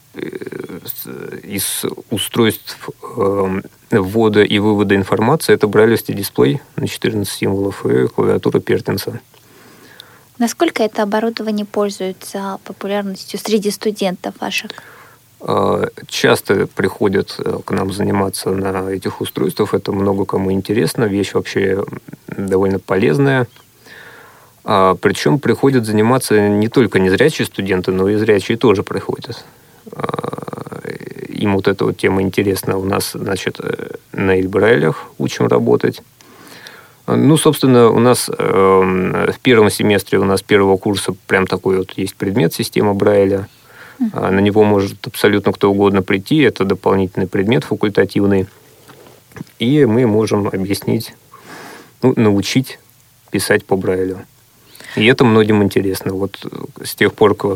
из устройств ввода и вывода информации это брайлевский дисплей на 14 символов и клавиатура Пертинса. Насколько это оборудование пользуется популярностью среди студентов ваших? Часто приходят к нам заниматься на этих устройствах. Это много кому интересно. Вещь вообще довольно полезная. Причем приходят заниматься не только незрячие студенты, но и зрячие тоже приходят. Им вот эта вот тема интересна. У нас, значит, на Эль-Брайлях учим работать. Собственно, у нас в первом семестре у нас первого курса прям такой вот есть предмет «Система Брайля». На него может абсолютно кто угодно прийти. Это дополнительный предмет факультативный. И мы можем объяснить, научить писать по Брайлю. И это многим интересно. Вот с тех пор, как...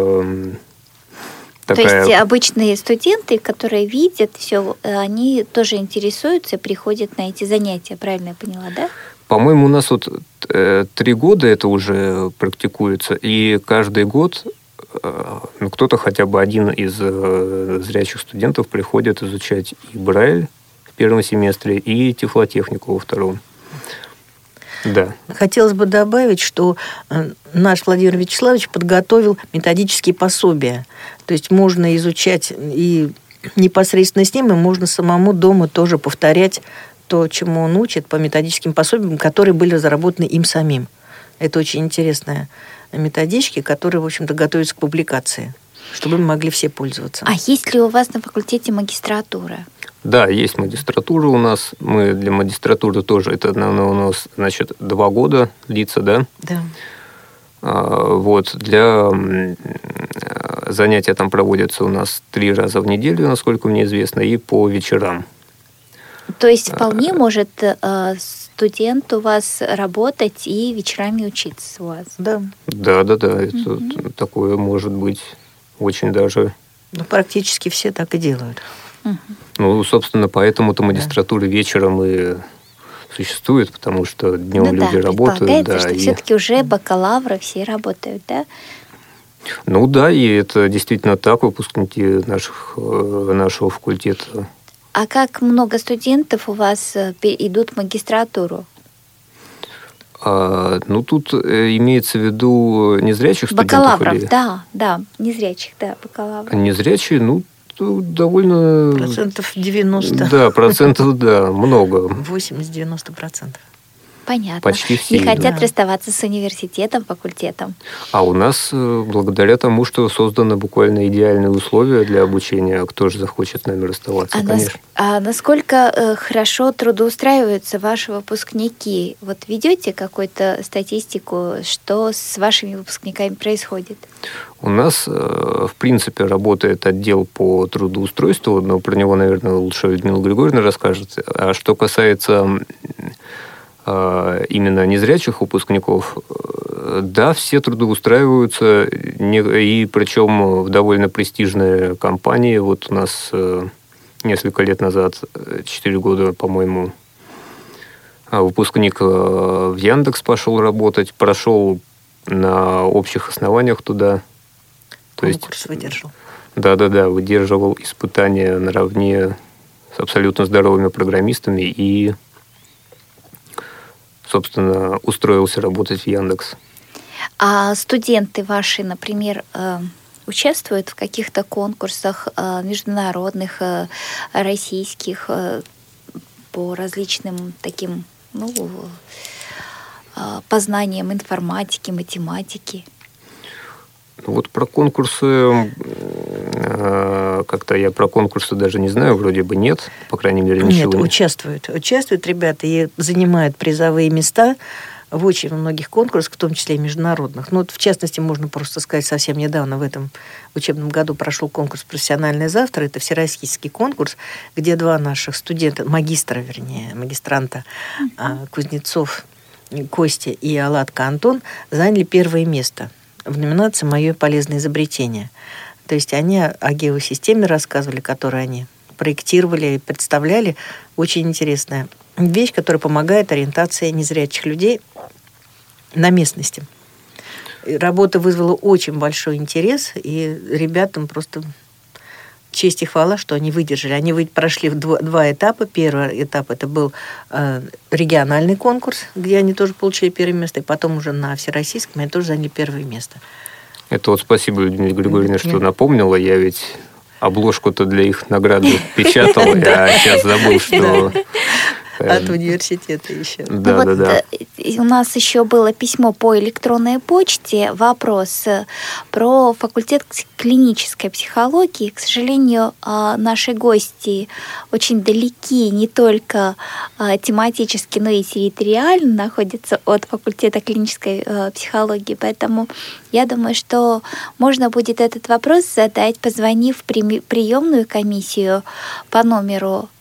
То есть обычные студенты, которые видят все, они тоже интересуются и приходят на эти занятия, правильно я поняла, да? По-моему, у нас 3 года это уже практикуется, и каждый год кто-то хотя бы один из зрячих студентов приходит изучать и Брайль в первом семестре, и тифлотехнику во втором. Да. Хотелось бы добавить, что наш Владимир Вячеславович подготовил методические пособия. То есть можно изучать и непосредственно с ним, и можно самому дома тоже повторять то, чему он учит, по методическим пособиям, которые были разработаны им самим. Это очень интересная методички, которые, в общем-то, готовятся к публикации, чтобы мы могли все пользоваться. А есть ли у вас на факультете магистратура? Да, есть магистратура у нас. Мы для магистратуры тоже, это основное у нас, значит, 2 года длится, да? Да. Вот, для занятия там проводятся у нас 3 раза в неделю, насколько мне известно, и по вечерам. То есть вполне может студент у вас работать и вечерами учиться у вас? Да. Да. Это такое может быть очень даже... Ну, практически все так и делают. Ну, собственно, поэтому-то магистратура вечером и существует, потому что днем люди работают. Предполагается, что все-таки уже бакалавры все работают, да? Ну да, и это действительно так, выпускники нашего факультета. А как много студентов у вас идут в магистратуру? Ну, тут имеется в виду незрячих студентов? Бакалавров, да, незрячих, да, бакалавров. Незрячие, ну, довольно... 90%. Да, процентов, да, много. 80-90%. Понятно. Почти все. Не хотят расставаться с университетом, факультетом. А у нас, благодаря тому, что созданы буквально идеальные условия для обучения, кто же захочет с нами расставаться, конечно. А насколько хорошо трудоустраиваются ваши выпускники? Вот ведете какую-то статистику, что с вашими выпускниками происходит? У нас, в принципе, работает отдел по трудоустройству, но про него, наверное, лучше Людмила Григорьевна расскажет. А что касается именно незрячих выпускников, да, все трудоустраиваются, и причем в довольно престижные компании. Вот у нас несколько лет назад, 4 года, по-моему, выпускник в Яндекс пошел работать, прошел на общих основаниях туда. Конкурс выдержал. Да, выдерживал испытания наравне с абсолютно здоровыми программистами и, собственно, устроился работать в Яндекс. А студенты ваши, например, участвуют в каких-то конкурсах международных, российских, по различным таким, познаниям информатики, математики? Вот про конкурсы, как-то я про конкурсы даже не знаю, вроде бы нет, по крайней мере, ничего. Нет, участвуют ребята и занимают призовые места в очень многих конкурсах, в том числе и международных. Ну, вот, в частности, можно просто сказать, совсем недавно в этом учебном году прошел конкурс «Профессиональный завтра». Это всероссийский конкурс, где 2 наших студента, магистранта Кузнецов Костя и Аладка Антон заняли 1 место в номинации «Мое полезное изобретение». То есть они о геосистеме рассказывали, которую они проектировали и представляли. Очень интересная вещь, которая помогает ориентации незрячих людей на местности. И работа вызвала очень большой интерес, и ребятам просто честь и хвала, что они выдержали. Они прошли 2 этапа. Первый этап это был региональный конкурс, где они тоже получили 1 место, и потом уже на всероссийском они тоже заняли 1 место. Это вот спасибо Людмиле Григорьевне, что напомнила. Я ведь обложку-то для их награды печатал, а сейчас забыл, что... От университета еще. Да. У нас еще было письмо по электронной почте, вопрос про факультет клинической психологии. К сожалению, наши гости очень далеки не только тематически, но и территориально находятся от факультета клинической психологии, поэтому я думаю, что можно будет этот вопрос задать, позвонив в приемную комиссию по номеру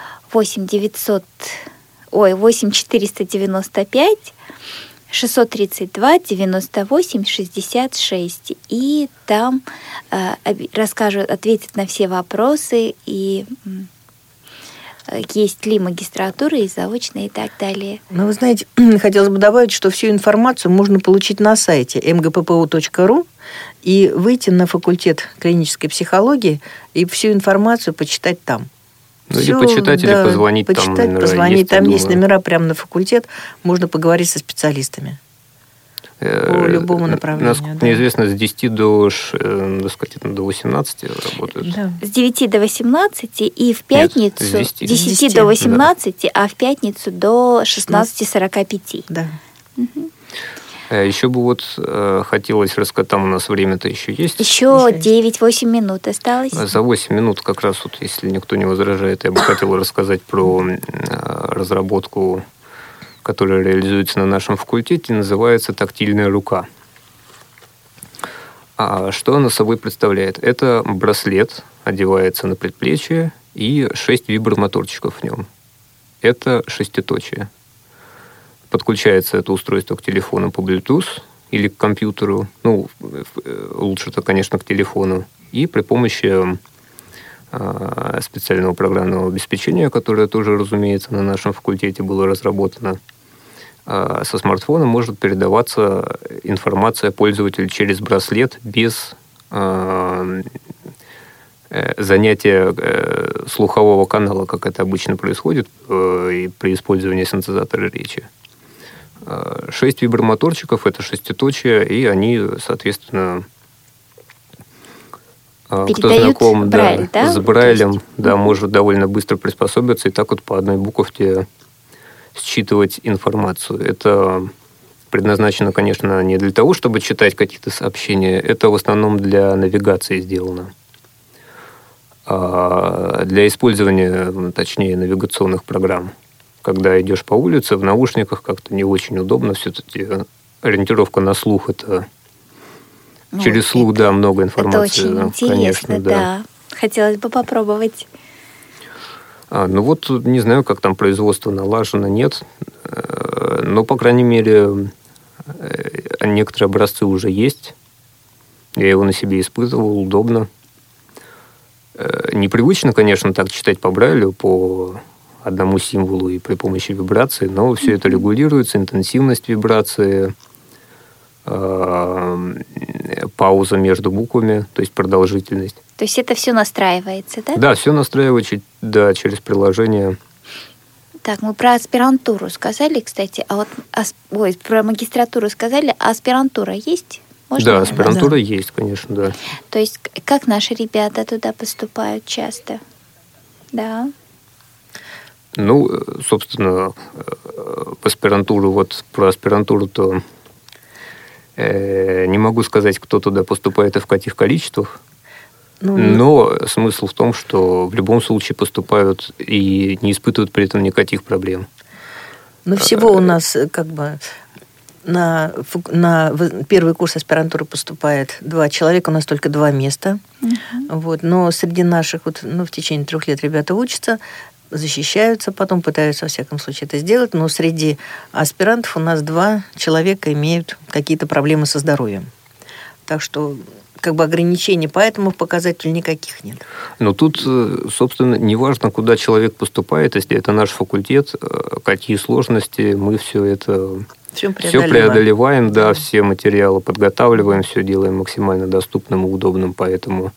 8495 632 98 66. И там расскажут, ответят на все вопросы, и есть ли магистратура и заочная и так далее. Ну, вы знаете, хотелось бы добавить, что всю информацию можно получить на сайте mgppu.ru и выйти на факультет клинической психологии и всю информацию почитать там. Ну, или почитать, или позвонить. Там есть номера прямо на факультет, можно поговорить со специалистами по любому направлению. Насколько мне известно, с 10 до 18 работают. Да. С 9 до 18 и в пятницу с 10 до 18, да. А в пятницу до 16:45. Да. Угу. Еще бы вот хотелось рассказать, там у нас время-то еще есть. Еще 9-8 минут осталось. За 8 минут как раз, вот, если никто не возражает, я бы хотел рассказать про разработку, которая реализуется на нашем факультете, называется «Тактильная рука». А что она собой представляет? Это браслет, одевается на предплечье, и 6 вибромоторчиков в нем. Это шеститочие. Подключается это устройство к телефону по Bluetooth или к компьютеру. Ну, лучше-то, конечно, к телефону. И при помощи специального программного обеспечения, которое тоже, разумеется, на нашем факультете было разработано, со смартфона может передаваться информация пользователю через браслет без занятия слухового канала, как это обычно происходит при использовании синтезатора речи. 6 вибромоторчиков — это шеститочие, и они, соответственно, кто знаком Брайль, да? с Брайлем, может довольно быстро приспособиться и так вот по одной буковке считывать информацию. Это предназначено, конечно, не для того, чтобы читать какие-то сообщения, это в основном для навигации сделано. А для использования, точнее, навигационных программ. Когда идешь по улице, в наушниках как-то не очень удобно. Все-таки ориентировка на слух — это через слух, много информации. Это очень интересно, конечно, да. Хотелось бы попробовать. Не знаю, как там производство налажено, нет. Но, по крайней мере, некоторые образцы уже есть. Я его на себе испытывал, удобно. Непривычно, конечно, так читать по Брайлю, по одному символу и при помощи вибрации, но все это регулируется, интенсивность вибрации, пауза между буквами, то есть продолжительность. То есть это все настраивается, да? Да, все настраивается, через приложение. Так, мы про аспирантуру сказали, кстати, про магистратуру сказали, а аспирантура есть? Можно? Да, аспирантура есть, конечно, да. То есть как наши ребята туда поступают часто? Да. Собственно, про аспирантуру-то не могу сказать, кто туда поступает и в каких количествах. Но смысл в том, что в любом случае поступают и не испытывают при этом никаких проблем. Всего у нас на первый курс аспирантуры поступает 2 человека, у нас только 2 места. Но среди наших в течение 3 лет ребята учатся, защищаются, потом пытаются, во всяком случае, это сделать. Но среди аспирантов у нас 2 человека имеют какие-то проблемы со здоровьем. Так что ограничений по этому показателю никаких нет. Но тут, собственно, неважно, куда человек поступает, если это наш факультет, какие сложности, мы все это все преодолеваем, все материалы подготавливаем, все делаем максимально доступным и удобным, поэтому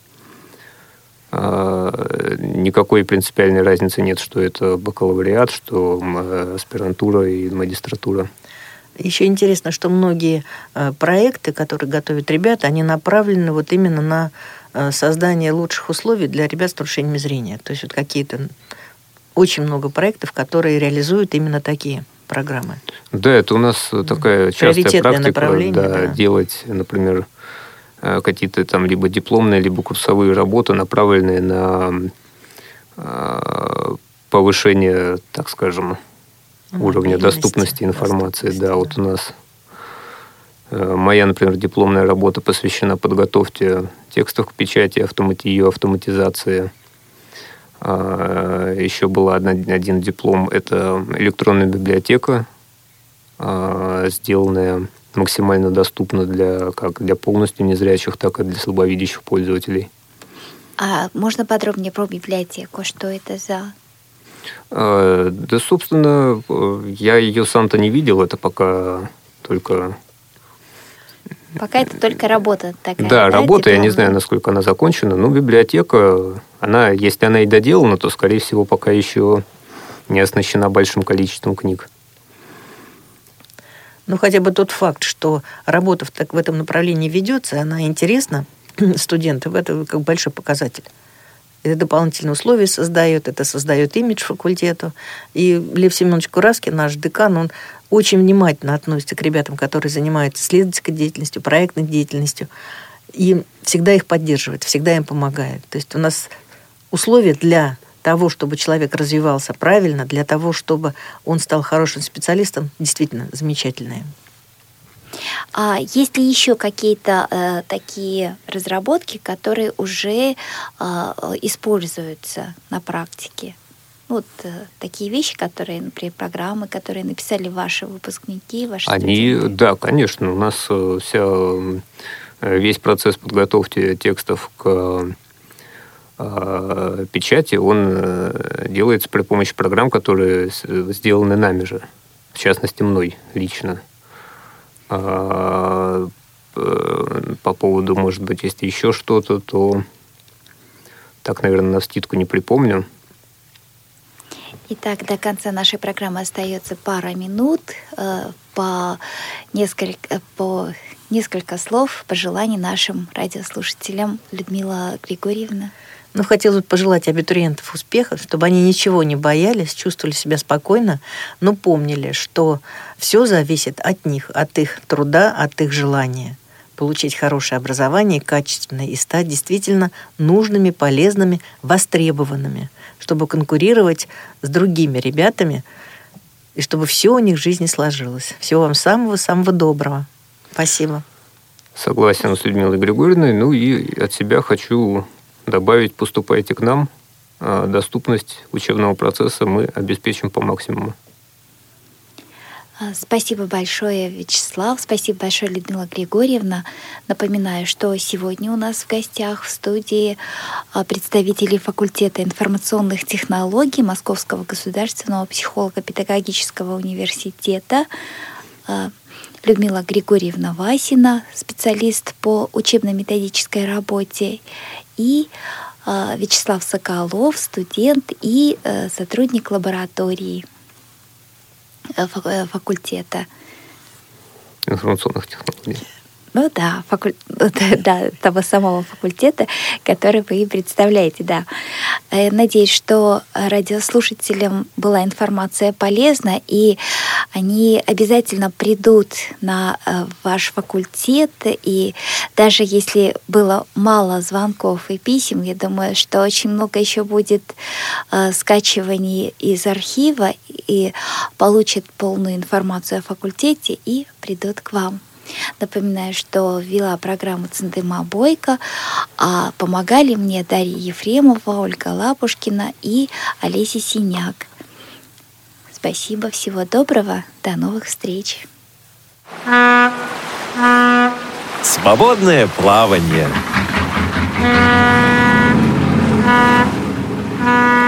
никакой принципиальной разницы нет, что это бакалавриат, что аспирантура и магистратура. Еще интересно, что многие проекты, которые готовят ребята, они направлены именно на создание лучших условий для ребят с нарушениями зрения. То есть очень много проектов, которые реализуют именно такие программы. Да, это у нас такая частая практика, делать, например, какие-то там либо дипломные, либо курсовые работы, направленные на повышение, так скажем, уровня доступности информации. Да, у нас моя, например, дипломная работа посвящена подготовке текстов к печати, ее автоматизации. Еще был один диплом, это электронная библиотека, сделанная максимально доступна как для полностью незрячих, так и для слабовидящих пользователей. А можно подробнее про библиотеку? Что это за... Да, собственно, я ее сам-то не видел, это пока только... Пока это только работа такая. Да, работа, дипломная. Я не знаю, насколько она закончена, но библиотека, если она и доделана, то, скорее всего, пока еще не оснащена большим количеством книг. Хотя бы тот факт, что работа в этом направлении ведется, она интересна студентам, это большой показатель. Это дополнительные условия создает, это создает имидж факультету. И Лев Семенович Куравский, наш декан, он очень внимательно относится к ребятам, которые занимаются исследовательской деятельностью, проектной деятельностью, и всегда их поддерживает, всегда им помогает. То есть у нас условия для того, чтобы человек развивался правильно, для того, чтобы он стал хорошим специалистом, действительно замечательные. А есть ли еще какие-то такие разработки, которые уже используются на практике? Вот такие вещи, которые, например, программы, которые написали ваши выпускники, ваши студенты? Да, конечно. У нас весь процесс подготовки текстов к печати, он делается при помощи программ, которые сделаны нами же, в частности, мной лично. По поводу, может быть, если еще что-то, то так, наверное, навскидку не припомню. Итак, до конца нашей программы остается пара минут. По несколько слов пожеланий нашим радиослушателям. Людмила Григорьевна. Хотелось бы пожелать абитуриентам успеха, чтобы они ничего не боялись, чувствовали себя спокойно, но помнили, что все зависит от них, от их труда, от их желания получить хорошее образование, качественное, и стать действительно нужными, полезными, востребованными, чтобы конкурировать с другими ребятами, и чтобы все у них в жизни сложилось. Всего вам самого-самого доброго. Спасибо. Согласен с Людмилой Григорьевной. И от себя хочу добавить: поступайте к нам. Доступность учебного процесса мы обеспечим по максимуму. Спасибо большое, Вячеслав. Спасибо большое, Людмила Григорьевна. Напоминаю, что сегодня у нас в гостях в студии представители факультета информационных технологий Московского государственного психолого-педагогического университета Людмила Григорьевна Васина, специалист по учебно-методической работе, и Вячеслав Соколов, студент и сотрудник лаборатории факультета информационных технологий. Того самого факультета, который вы и представляете, да. Надеюсь, что радиослушателям была информация полезна, и они обязательно придут на ваш факультет, и даже если было мало звонков и писем, я думаю, что очень много еще будет скачиваний из архива, и получат полную информацию о факультете и придут к вам. Напоминаю, что вела программу Цендема Бойко, а помогали мне Дарья Ефремова, Ольга Лапушкина и Олеся Синяк. Спасибо, всего доброго, до новых встреч. Свободное плавание.